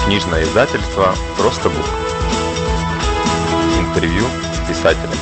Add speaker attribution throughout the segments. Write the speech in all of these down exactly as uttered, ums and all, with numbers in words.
Speaker 1: Книжное издательство «Просто Бук». Интервью с писателями.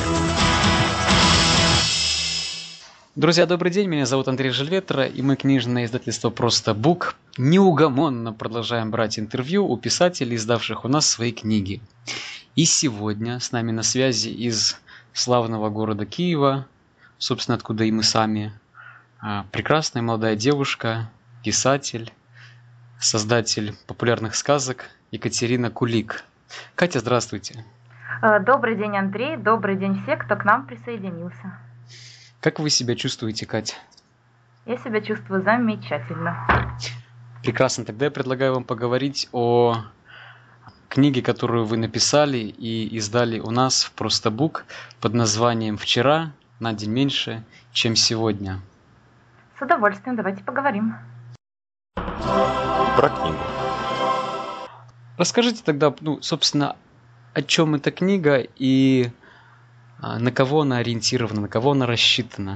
Speaker 2: Друзья, добрый день, меня зовут Андрей Жильветра, и мы, книжное издательство «Просто Бук», неугомонно продолжаем брать интервью у писателей, издавших у нас свои книги. И сегодня с нами на связи из славного города Киева, собственно, откуда и мы сами, прекрасная молодая девушка, писатель, создатель популярных сказок Екатерина Кулик. Катя, здравствуйте.
Speaker 3: Добрый день, Андрей. Добрый день все, кто к нам присоединился.
Speaker 2: Как вы себя чувствуете, Катя?
Speaker 3: Я себя чувствую замечательно.
Speaker 2: Прекрасно. Тогда я предлагаю вам поговорить о книге, которую вы написали и издали у нас в «Просто Бук» под названием «Вчера на день меньше, чем сегодня».
Speaker 3: С удовольствием. Давайте поговорим.
Speaker 1: Про книгу.
Speaker 2: Расскажите тогда, ну, собственно, о чем эта книга и а, на кого она ориентирована, на кого она рассчитана?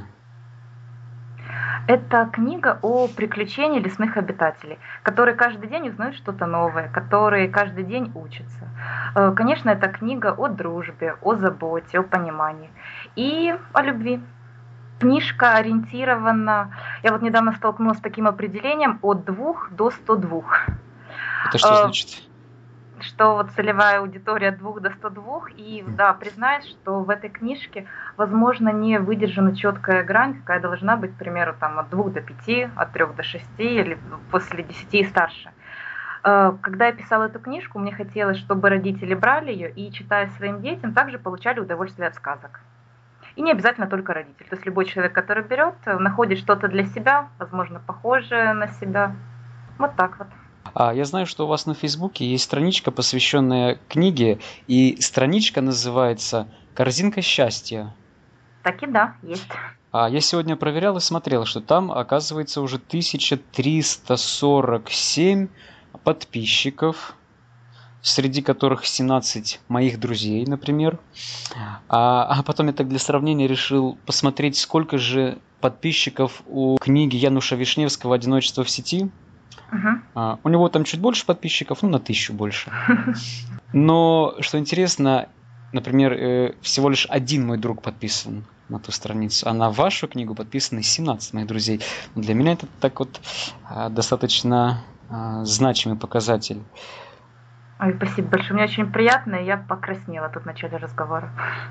Speaker 3: Это книга о приключении лесных обитателей, которые каждый день узнают что-то новое, которые каждый день учатся. Конечно, это книга о дружбе, о заботе, о понимании и о любви. Книжка ориентирована, я вот недавно столкнулась с таким определением, от двух до ста двух.
Speaker 2: Это что значит?
Speaker 3: Что вот целевая аудитория от двух до ста двух, и да, признаюсь, что в этой книжке, возможно, не выдержана четкая грань, какая должна быть, к примеру, там, от двух до пяти, от трех до шести или после десяти и старше. Когда я писала эту книжку, мне хотелось, чтобы родители брали ее и, читая своим детям, также получали удовольствие от сказок. И не обязательно только родитель. То есть любой человек, который берет, находит что-то для себя, возможно, похожее на себя. Вот так вот.
Speaker 2: А я знаю, что у вас на Фейсбуке есть страничка, посвященная книге, и страничка называется «Корзинка счастья».
Speaker 3: Так и да, есть.
Speaker 2: А я сегодня проверял и смотрел, что там, оказывается, уже тысяча триста сорок семь подписчиков, среди которых семнадцать моих друзей, например. А, а потом я так для сравнения решил посмотреть, сколько же подписчиков у книги Януша Вишневского «Одиночество в сети». Uh-huh. А, у него там чуть больше подписчиков, ну на тысячу больше. Но, что интересно, например, э, всего лишь один мой друг подписан на ту страницу, а на вашу книгу подписаны семнадцать моих друзей. Для меня это так вот э, достаточно э, значимый показатель.
Speaker 3: Ой, спасибо большое. Мне очень приятно, и я покраснела тут в начале разговора.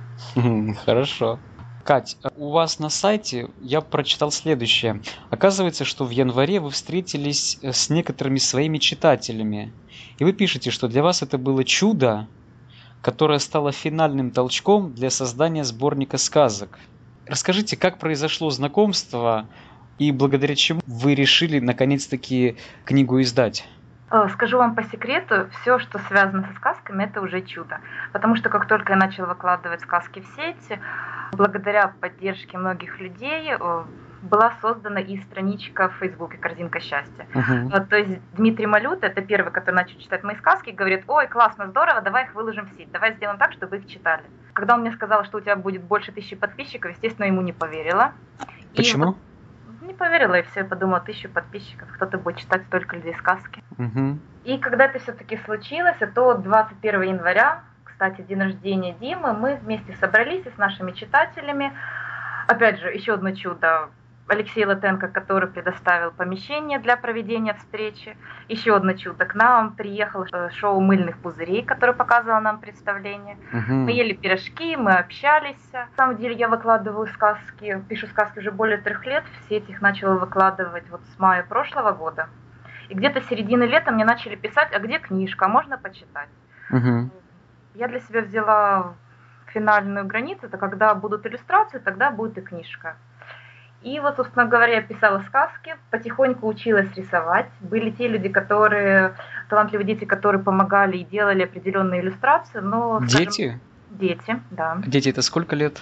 Speaker 2: Хорошо. Кать, у вас на сайте я прочитал следующее. Оказывается, что в январе вы встретились с некоторыми своими читателями. И вы пишете, что для вас это было чудо, которое стало финальным толчком для создания сборника сказок. Расскажите, как произошло знакомство и благодаря чему вы решили наконец-таки книгу издать?
Speaker 3: Скажу вам по секрету, все, что связано со сказками, это уже чудо. Потому что как только я начала выкладывать сказки в сети, благодаря поддержке многих людей была создана и страничка в Фейсбуке «Корзинка счастья». Uh-huh. То есть Дмитрий Малюта, это первый, который начал читать мои сказки, говорит: ой, классно, здорово, давай их выложим в сеть, давай сделаем так, чтобы их читали. Когда он мне сказал, что у тебя будет больше тысячи подписчиков, естественно, ему не поверила.
Speaker 2: Почему?
Speaker 3: И не поверила, и все, подумала, тысячу подписчиков, кто-то будет читать столько людей сказки.
Speaker 2: Uh-huh.
Speaker 3: И когда это все-таки случилось, это двадцать первого января, кстати, день рождения Димы, мы вместе собрались с нашими читателями. Опять же, еще одно чудо. Алексей Латенко, который предоставил помещение для проведения встречи. Еще одно чудо. К нам приехало шоу «Мыльных пузырей», которое показывало нам представление. Uh-huh. Мы ели пирожки, мы общались. На самом деле я выкладываю сказки, пишу сказки уже более трех лет. В сеть их начала выкладывать вот с мая прошлого года. И где-то с середины лета мне начали писать: а где книжка, можно почитать? Uh-huh. Я для себя взяла финальную границу, это когда будут иллюстрации, тогда будет и книжка. И вот, собственно говоря, я писала сказки, потихоньку училась рисовать. Были те люди, которые, талантливые дети, которые помогали и делали определенные иллюстрации, но...
Speaker 2: Дети?
Speaker 3: Скажем, дети, да.
Speaker 2: Дети — это сколько лет?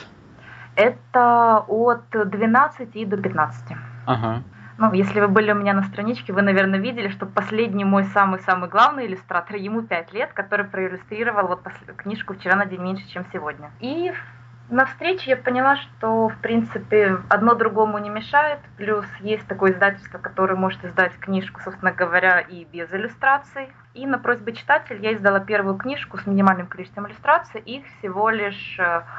Speaker 3: Это от двенадцати до пятнадцати.
Speaker 2: Ага.
Speaker 3: Ну, если вы были у меня на страничке, вы, наверное, видели, что последний мой самый-самый главный иллюстратор, ему пять лет, который проиллюстрировал вот книжку «Вчера на день меньше, чем сегодня». И На встрече я поняла, что, в принципе, одно другому не мешает. Плюс есть такое издательство, которое может издать книжку, собственно говоря, и без иллюстраций. И на просьбу читателя я издала первую книжку с минимальным количеством иллюстраций. Их всего лишь,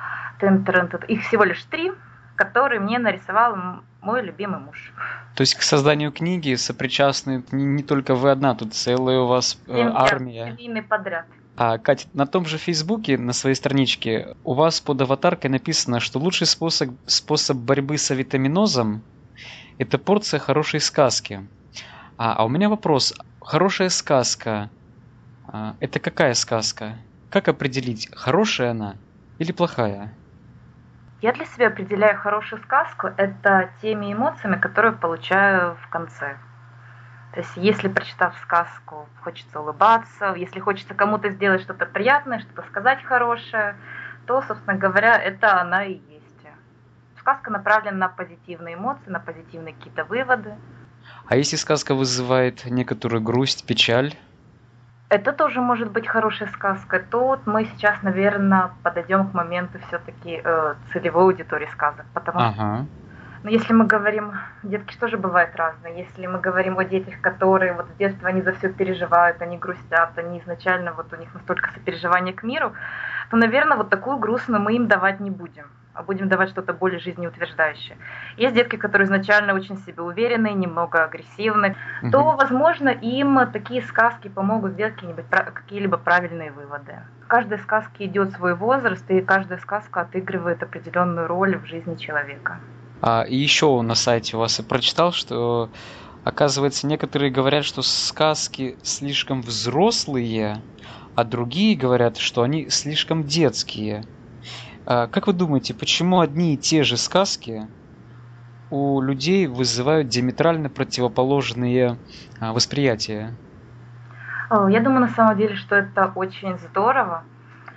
Speaker 3: их всего лишь три, которые мне нарисовал мой любимый муж.
Speaker 2: То есть к созданию книги сопричастны не, не только вы одна, тут целая у вас э, армия.
Speaker 3: Семейный подряд.
Speaker 2: А, Катя, на том же Фейсбуке, на своей страничке, у вас под аватаркой написано, что лучший способ, способ борьбы с авитаминозом – это порция хорошей сказки. А, а у меня вопрос. Хорошая сказка а, – это какая сказка? Как определить, хорошая она или плохая?
Speaker 3: Я для себя определяю хорошую сказку – это теми эмоциями, которые получаю в конце. То есть, если, прочитав сказку, хочется улыбаться, если хочется кому-то сделать что-то приятное, что-то сказать хорошее, то, собственно говоря, это она и есть. Сказка направлена на позитивные эмоции, на позитивные какие-то выводы.
Speaker 2: А если сказка вызывает некоторую грусть, печаль?
Speaker 3: Это тоже может быть хорошая сказка. Тут мы сейчас, наверное, подойдем к моменту все-таки э, целевой аудитории сказок. Потому
Speaker 2: ага.
Speaker 3: что но если мы говорим, детки тоже бывают разные, если мы говорим о детях, которые вот с детства они за все переживают, они грустят, они изначально вот у них настолько сопереживание к миру, то, наверное, вот такую грустную мы им давать не будем, а будем давать что-то более жизнеутверждающее. Есть детки, которые изначально очень себе уверенные, немного агрессивны, угу. то, возможно, им такие сказки помогут сделать какие-нибудь, какие-либо правильные выводы. В каждой сказке идет свой возраст, и каждая сказка отыгрывает определенную роль в жизни человека.
Speaker 2: А, и еще на сайте у вас я прочитал, что, оказывается, некоторые говорят, что сказки слишком взрослые, а другие говорят, что они слишком детские. А, как вы думаете, почему одни и те же сказки у людей вызывают диаметрально противоположные а, восприятия?
Speaker 3: Я думаю, на самом деле, что это очень здорово.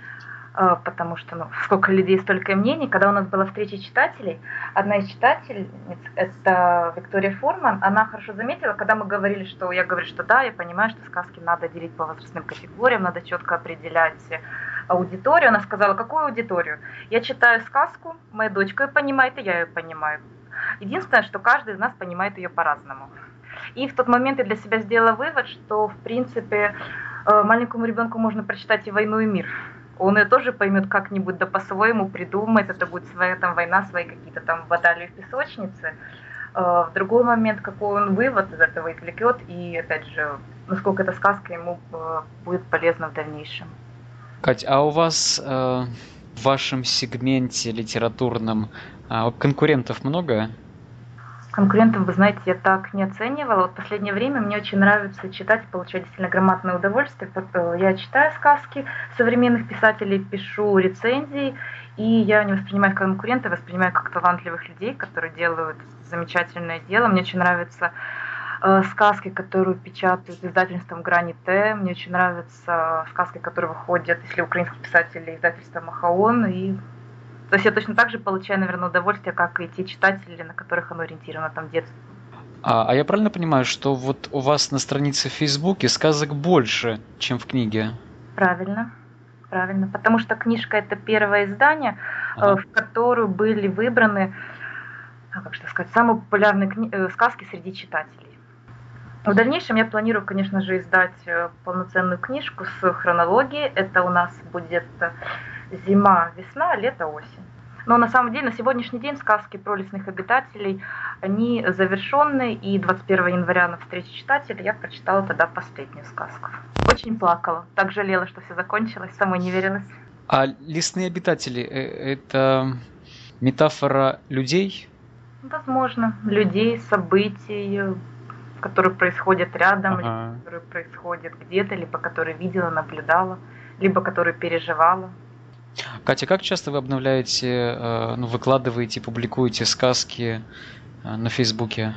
Speaker 3: Потому что ну, сколько людей, столько и мнений. Когда у нас была встреча читателей, одна из читательниц, это Виктория Фурман, она хорошо заметила, когда мы говорили, что я говорю, что да, я понимаю, что сказки надо делить по возрастным категориям, надо четко определять аудиторию. Она сказала, какую аудиторию? Я читаю сказку, моя дочка ее понимает, и я ее понимаю. Единственное, что каждый из нас понимает ее по-разному. И в тот момент я для себя сделала вывод, что, в принципе, маленькому ребенку можно прочитать и «Войну и мир». Он ее тоже поймет как-нибудь, да по-своему придумает, это будет своя там война, свои какие-то там баталии в песочнице. В другой момент, какой он вывод из этого извлекет, и опять же, насколько эта сказка ему будет полезна в дальнейшем.
Speaker 2: Кать, а у вас э, в вашем сегменте литературном э, конкурентов много?
Speaker 3: Конкурентов, вы знаете, я так не оценивала. Вот в последнее время мне очень нравится читать, получать действительно громадное удовольствие. Я читаю сказки современных писателей, пишу рецензии, и я не воспринимаю их как конкурентов, воспринимаю как талантливых людей, которые делают замечательное дело. Мне очень нравятся э, сказки, которые печатают издательством «Грани Т». Мне очень нравятся сказки, которые выходят, если украинские писатели, издательства «Махаон». И то есть я точно так же получаю, наверное, удовольствие, как и те читатели, на которых оно ориентировано, там, детство.
Speaker 2: А, а я правильно понимаю, что вот у вас на странице в Фейсбуке сказок больше, чем в книге?
Speaker 3: Правильно, правильно. Потому что книжка – это первое издание, ага. в которую были выбраны, как что сказать, самые популярные кни- сказки среди читателей. В дальнейшем я планирую, конечно же, издать полноценную книжку с хронологией. Это у нас будет зима, весна, лето, осень. Но на самом деле на сегодняшний день сказки про лесных обитателей, они завершенные, и двадцать первого января на встрече читателей я прочитала тогда последнюю сказку. Очень плакала, так жалела, что все закончилось, самой не верилась.
Speaker 2: А лесные обитатели – это метафора людей?
Speaker 3: Возможно, людей, событий, которые происходят рядом, ага. либо которые происходят где-то, либо которые видела, наблюдала, либо которые переживала.
Speaker 2: Катя, как часто вы обновляете, ну, выкладываете, публикуете сказки на Фейсбуке?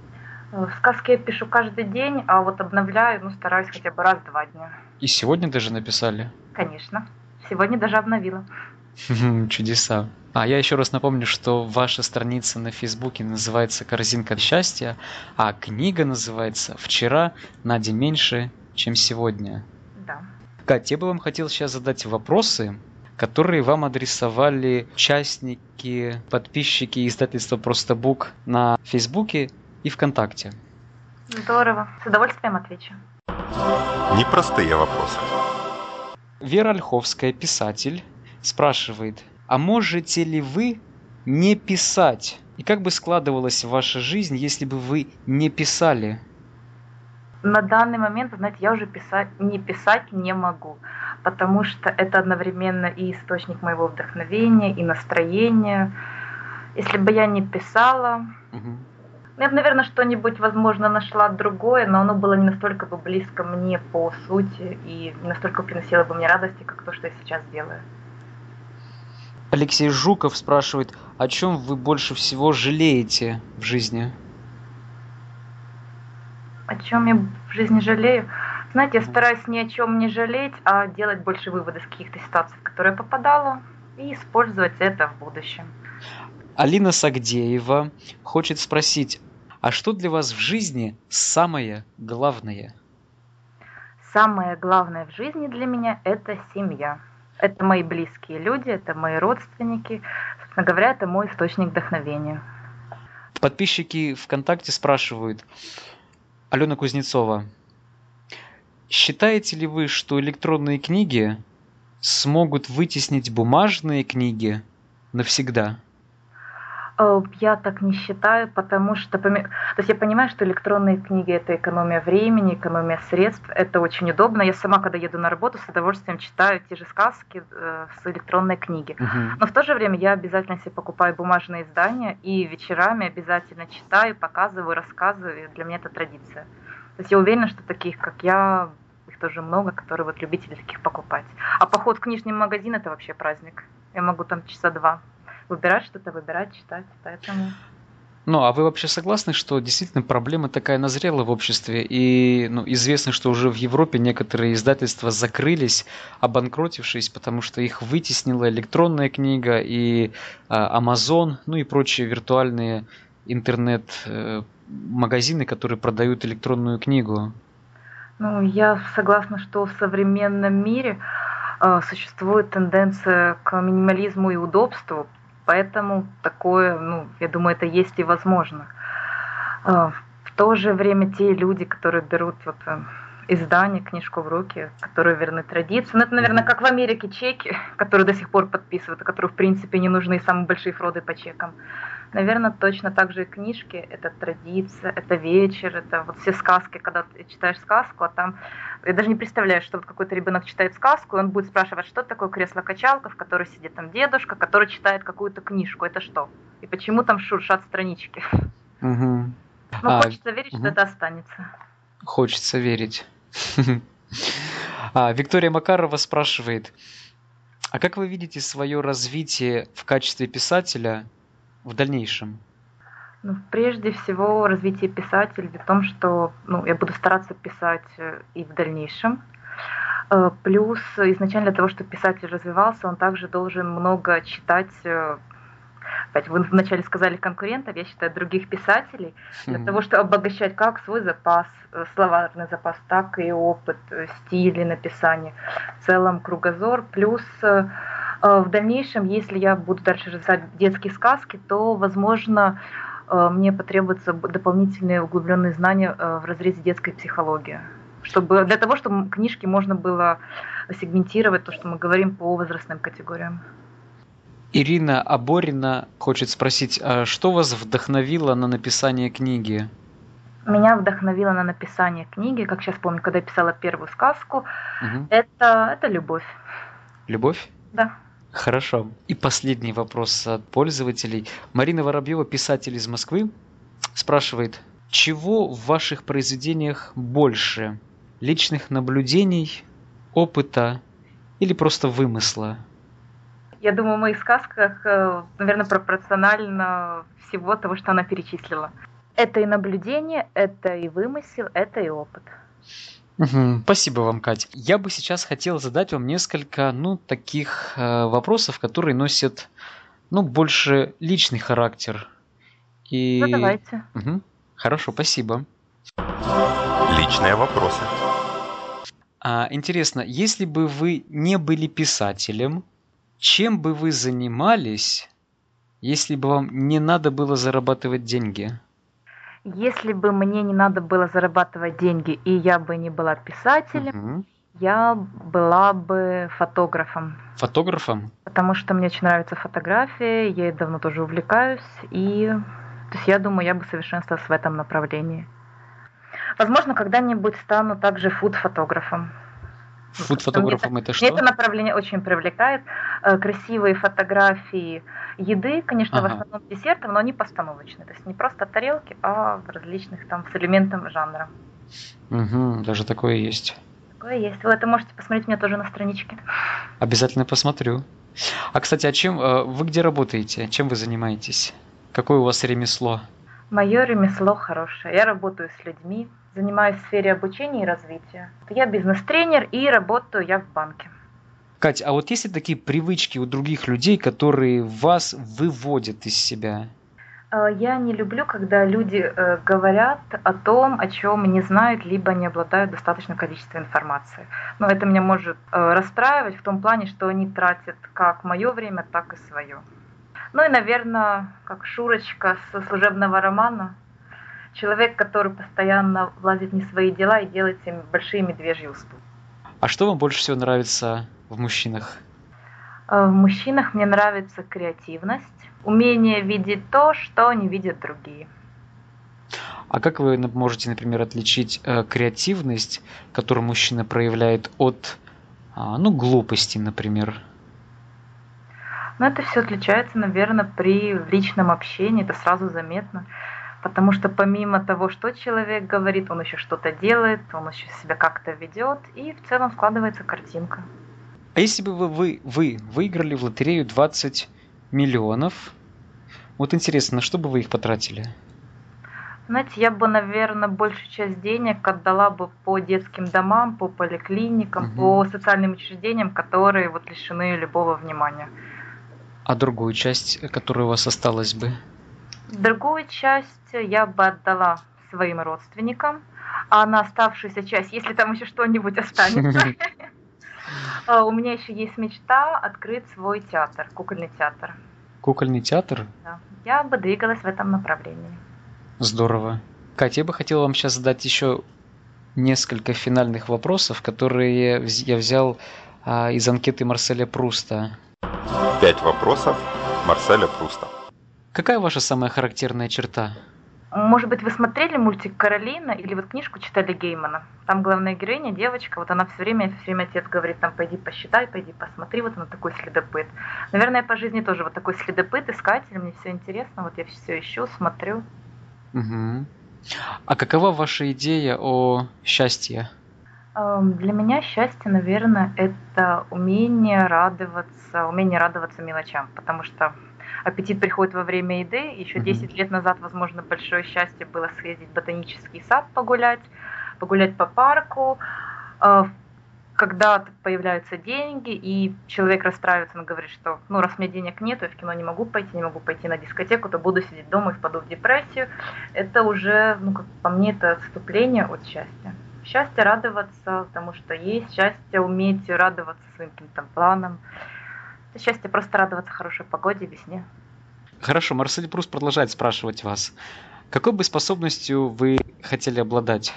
Speaker 3: Сказки я пишу каждый день, а вот обновляю, ну, стараюсь хотя бы раз в два дня.
Speaker 2: И сегодня даже написали?
Speaker 3: Конечно. Сегодня даже обновила.
Speaker 2: Чудеса. А я еще раз напомню, что ваша страница на Фейсбуке называется «Корзинка счастья», а книга называется «Вчера на день меньше, чем сегодня».
Speaker 3: Да.
Speaker 2: Катя, я бы вам хотел сейчас задать вопросы, которые вам адресовали участники, подписчики издательства «Просто Бук» на Фейсбуке и ВКонтакте.
Speaker 3: Здорово. С удовольствием отвечу.
Speaker 1: Непростые вопросы.
Speaker 2: Вера Ольховская, писатель, спрашивает, а можете ли вы не писать? И как бы складывалась ваша жизнь, если бы вы не писали?
Speaker 3: На данный момент, знаете, я уже писать, не писать не могу, потому что это одновременно и источник моего вдохновения, и настроения. Если бы я не писала,
Speaker 2: Угу.
Speaker 3: я бы, наверное, что-нибудь, возможно, нашла другое, но оно было не настолько бы близко мне по сути и не настолько приносило бы мне радости, как то, что я сейчас делаю.
Speaker 2: Алексей Жуков спрашивает, о чем вы больше всего жалеете в жизни?
Speaker 3: О чем я в жизни жалею? Знаете, я стараюсь ни о чем не жалеть, а делать больше выводы из каких-то ситуаций, в которые я попадала, и использовать это в будущем.
Speaker 2: Алина Сагдеева хочет спросить, а что для вас в жизни самое главное?
Speaker 3: Самое главное в жизни для меня – это семья. Это мои близкие люди, это мои родственники. Собственно говоря, это мой источник вдохновения.
Speaker 2: Подписчики ВКонтакте спрашивают, Алена Кузнецова, считаете ли вы, что электронные книги смогут вытеснить бумажные книги навсегда?
Speaker 3: Я так не считаю, потому что то есть я понимаю, что электронные книги – это экономия времени, экономия средств, это очень удобно. Я сама, когда еду на работу, с удовольствием читаю те же сказки с электронной книги.
Speaker 2: Угу.
Speaker 3: Но в то же время я обязательно себе покупаю бумажные издания и вечерами обязательно читаю, показываю, рассказываю. Для меня это традиция. То есть я уверена, что таких, как я, их тоже много, которые вот любители таких покупать. А поход в книжный магазин – это вообще праздник. Я могу там часа два выбирать что-то, выбирать, читать, поэтому...
Speaker 2: Ну, а вы вообще согласны, что действительно проблема такая назрела в обществе? И ну, известно, что уже в Европе некоторые издательства закрылись, обанкротившись, потому что их вытеснила электронная книга и а, Amazon, ну и прочие виртуальные интернет-магазины, которые продают электронную книгу.
Speaker 3: Ну, я согласна, что в современном мире э, существует тенденция к минимализму и удобству, поэтому такое, ну, я думаю, это есть и возможно. Э, в то же время те люди, которые берут вот, э, издание, книжку в руки, которые верны традиции, ну, это, наверное, как в Америке чеки, которые до сих пор подписывают, а которые, в принципе, не нужны, самые большие фроды по чекам. Наверное, точно так же и книжки. Это традиция, это вечер, это вот все сказки, когда ты читаешь сказку, а там... Я даже не представляю, что вот какой-то ребенок читает сказку, и он будет спрашивать, что такое кресло-качалка, в которой сидит там дедушка, который читает какую-то книжку. Это что? И почему там шуршат странички?
Speaker 2: Угу.
Speaker 3: Ну,
Speaker 2: А,
Speaker 3: хочется верить,
Speaker 2: угу.
Speaker 3: что это останется.
Speaker 2: Хочется верить. А, Виктория Макарова спрашивает, а как вы видите свое развитие в качестве писателя в дальнейшем?
Speaker 3: Ну, прежде всего, развитие писателя в том, что ну, я буду стараться писать и в дальнейшем. Плюс изначально для того, чтобы писатель развивался, он также должен много читать. Опять, вы вначале сказали конкурентов, я считаю, других писателей, для mm-hmm. того, чтобы обогащать как свой запас, словарный запас, так и опыт, стиль написания, в целом кругозор. Плюс в дальнейшем, если я буду дальше писать детские сказки, то, возможно, мне потребуются дополнительные углубленные знания в разрезе детской психологии, чтобы, для того, чтобы книжки можно было сегментировать, то, что мы говорим по возрастным категориям.
Speaker 2: Ирина Аборина хочет спросить, а что вас вдохновило на написание книги?
Speaker 3: Меня вдохновило на написание книги, как сейчас помню, когда я писала первую сказку,
Speaker 2: угу.
Speaker 3: это, это любовь.
Speaker 2: Любовь?
Speaker 3: Да.
Speaker 2: Хорошо. И последний вопрос от пользователей. Марина Воробьева, писатель из Москвы, спрашивает, чего в ваших произведениях больше? Личных наблюдений, опыта или просто вымысла?
Speaker 3: Я думаю, в моих сказках, наверное, пропорционально всего того, что она перечислила. Это и наблюдение, это и вымысел, это и опыт.
Speaker 2: Угу. Спасибо вам, Катя. Я бы сейчас хотел задать вам несколько, ну, таких э, вопросов, которые носят, ну, больше личный характер. И...
Speaker 3: Ну, давайте.
Speaker 2: Угу. Хорошо, спасибо.
Speaker 1: Личные вопросы.
Speaker 2: А, интересно, если бы вы не были писателем, Чем бы вы занимались, если бы вам не надо было зарабатывать деньги?
Speaker 3: Если бы мне не надо было зарабатывать деньги, и я бы не была писателем,
Speaker 2: Мгм.
Speaker 3: я была бы фотографом.
Speaker 2: Фотографом?
Speaker 3: Потому что мне очень нравится фотография, я ей давно тоже увлекаюсь, и то есть я думаю, я бы совершенствовалась в этом направлении. Возможно, когда-нибудь стану также фуд-фотографом.
Speaker 2: Фуд-фотографом это
Speaker 3: Мне это
Speaker 2: что?
Speaker 3: направление очень привлекает. Э, Красивые фотографии еды, конечно, в
Speaker 2: Ага.
Speaker 3: основном десертов, но они постановочные. То есть не просто тарелки, а в различных там с элементом жанра.
Speaker 2: Угу, даже такое есть.
Speaker 3: Такое есть. Вы это можете посмотреть у меня тоже на страничке.
Speaker 2: Обязательно посмотрю. А, кстати, а чем э, вы где работаете? Чем вы занимаетесь? Какое у вас ремесло?
Speaker 3: Мое ремесло хорошее. Я работаю с людьми, занимаюсь в сфере обучения и развития. Я бизнес-тренер и работаю я в банке.
Speaker 2: Кать, а вот есть ли такие привычки у других людей, которые вас выводят из себя?
Speaker 3: Э, Я не люблю, когда люди э, говорят о том, о чем не знают, либо не обладают достаточным количеством информации. Но это меня может э, расстраивать в том плане, что они тратят как мое время, так и свое. Ну и, наверное, как Шурочка со служебного романа, человек, который постоянно влазит не в свои дела и делает им большие медвежьи уступки.
Speaker 2: А что вам больше всего нравится в мужчинах?
Speaker 3: Э, В мужчинах мне нравится креативность, умение видеть то, что не видят другие.
Speaker 2: А как вы нап- можете, например, отличить э, креативность, которую мужчина проявляет, от, а, ну, глупости, например?
Speaker 3: Но это все отличается, наверное, при личном общении, это сразу заметно. Потому что помимо того, что человек говорит, он еще что-то делает, он еще себя как-то ведет, и в целом складывается картинка.
Speaker 2: А если бы вы, вы, вы выиграли в лотерею двадцать миллионов, вот интересно, на что бы вы их потратили?
Speaker 3: Знаете, я бы, наверное, большую часть денег отдала бы по детским домам, по поликлиникам,
Speaker 2: Мгм.
Speaker 3: по социальным учреждениям, которые вот лишены любого внимания.
Speaker 2: А другую часть, э, которая у вас осталась бы?
Speaker 3: Другую часть я бы отдала своим родственникам, а на оставшуюся часть, если там еще что-нибудь останется, а, у меня еще есть мечта открыть свой театр, кукольный театр.
Speaker 2: Кукольный театр?
Speaker 3: Да. Я бы двигалась в этом направлении.
Speaker 2: Здорово. Катя, я бы хотел вам сейчас задать еще несколько финальных вопросов, которые вз- я взял а, из анкеты Марселя Пруста.
Speaker 1: Пять вопросов Марселя Пруста.
Speaker 2: Какая ваша самая характерная черта?
Speaker 3: Может быть, вы смотрели мультик «Каролина» или вот книжку читали Геймана? Там главная героиня, девочка, вот она все время, все время отец говорит, там, пойди посчитай, пойди посмотри, вот она такой следопыт. Наверное, я по жизни тоже вот такой следопыт, искатель, мне все интересно, вот я все ищу, смотрю.
Speaker 2: Мгм. А какова ваша идея о счастье?
Speaker 3: Эм, Для меня счастье, наверное, это умение радоваться, умение радоваться мелочам, потому что аппетит приходит во время еды. Еще
Speaker 2: Мгм.
Speaker 3: десять лет назад, возможно, большое счастье было съездить в ботанический сад погулять, погулять по парку. Э, Когда появляются деньги, и человек расстраивается, он говорит, что ну раз у меня денег нет, я в кино не могу пойти, не могу пойти на дискотеку, то буду сидеть дома и впаду в депрессию. Это уже, ну как по мне, это отступление от счастья. Счастье радоваться тому, что есть, счастье уметь радоваться своим каким-то планам. Это счастье просто радоваться хорошей погоде, весне.
Speaker 2: Хорошо, Марсель Пруст продолжает спрашивать вас. Какой бы способностью вы хотели обладать?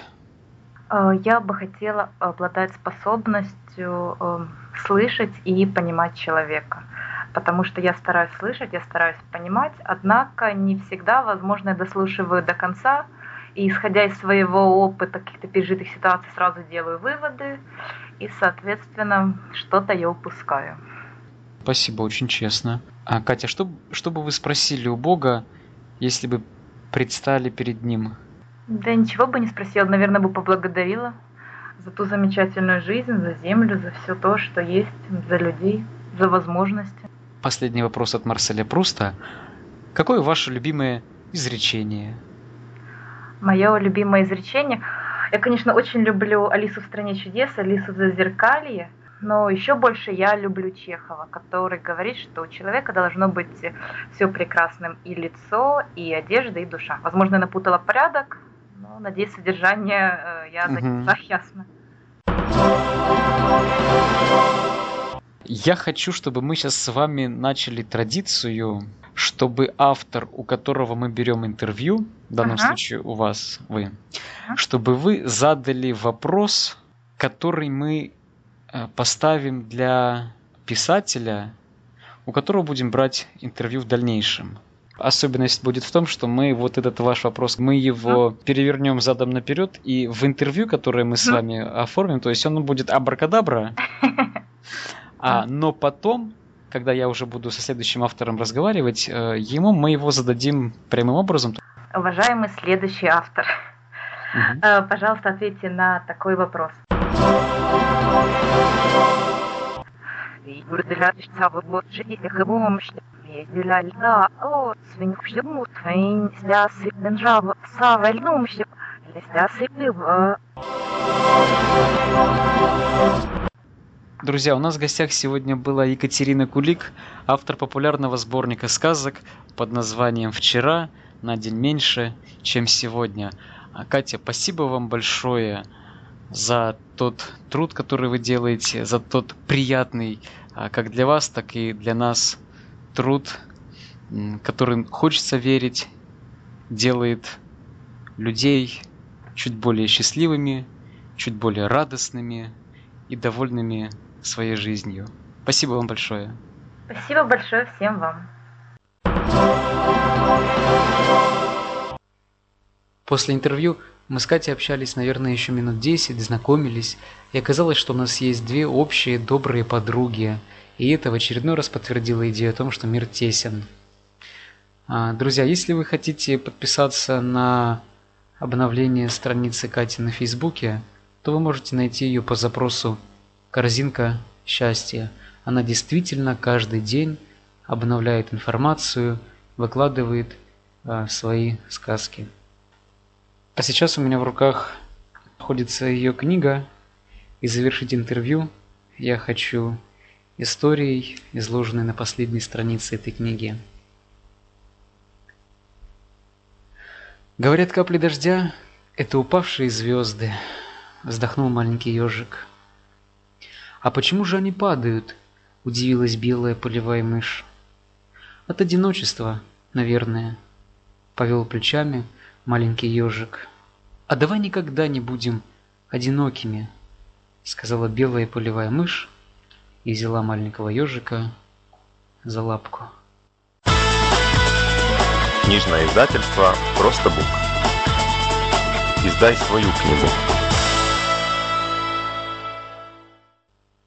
Speaker 3: Э, Я бы хотела обладать способностью э, слышать и понимать человека, потому что я стараюсь слышать, я стараюсь понимать, однако не всегда, возможно, я дослушиваю до конца, и исходя из своего опыта, каких-то пережитых ситуаций, сразу делаю выводы, и, соответственно, что-то я упускаю.
Speaker 2: Спасибо, очень честно. А, Катя, что, б- что бы вы спросили у Бога, если бы предстали перед Ним?
Speaker 3: Да ничего бы не спросила, наверное, бы поблагодарила за ту замечательную жизнь, за землю, за все то, что есть, за людей, за возможности.
Speaker 2: Последний вопрос от Марселя Пруста. Какое ваше любимое изречение?
Speaker 3: Мое любимое изречение. Я, конечно, очень люблю «Алису в стране чудес», «Алису в зазеркалье», но еще больше я люблю Чехова, который говорит, что у человека должно быть все прекрасным: и лицо, и одежда, и душа. Возможно, я напутала порядок, но, надеюсь, содержание э, я
Speaker 2: Мгм.
Speaker 3: донесла ясно.
Speaker 2: Я хочу, чтобы мы сейчас с вами начали традицию, чтобы автор, у которого мы берем интервью, в данном uh-huh. случае у вас, вы, uh-huh. чтобы вы задали вопрос, который мы поставим для писателя, у которого будем брать интервью в дальнейшем. Особенность будет в том, что мы вот этот ваш вопрос, мы его перевернем задом наперед, и в интервью, которое мы с вами оформим, то есть он будет абракадабра, а, но потом, когда я уже буду со следующим автором разговаривать, ему мы его зададим прямым образом.
Speaker 3: Уважаемый следующий автор, угу. пожалуйста, ответьте на такой вопрос.
Speaker 2: Друзья, у нас в гостях сегодня была Екатерина Кулик, автор популярного сборника сказок под названием «Вчера на день меньше, чем сегодня». Катя, спасибо вам большое за тот труд, который вы делаете, за тот приятный, как для вас, так и для нас, труд, который, хочется верить, делает людей чуть более счастливыми, чуть более радостными и довольными своей жизнью. Спасибо вам большое.
Speaker 3: Спасибо большое всем вам.
Speaker 2: После интервью мы с Катей общались, наверное, еще минут десять, знакомились, и оказалось, что у нас есть две общие добрые подруги, и это в очередной раз подтвердило идею о том, что мир тесен. Друзья, если вы хотите подписаться на обновление страницы Кати на Фейсбуке, то вы можете найти ее по запросу «Корзинка счастья». Она действительно каждый день обновляет информацию, выкладывает а, свои сказки. А сейчас у меня в руках находится ее книга, и завершить интервью я хочу историей, изложенной на последней странице этой книги. Говорят, капли дождя – это упавшие звезды, вздохнул маленький ежик. А почему же они падают? Удивилась белая полевая мышь. От одиночества, наверное, повел плечами маленький ежик. А давай никогда не будем одинокими, сказала белая полевая мышь и взяла маленького ежика за лапку.
Speaker 1: Книжное издательство «Просто Бук». Издай свою книгу.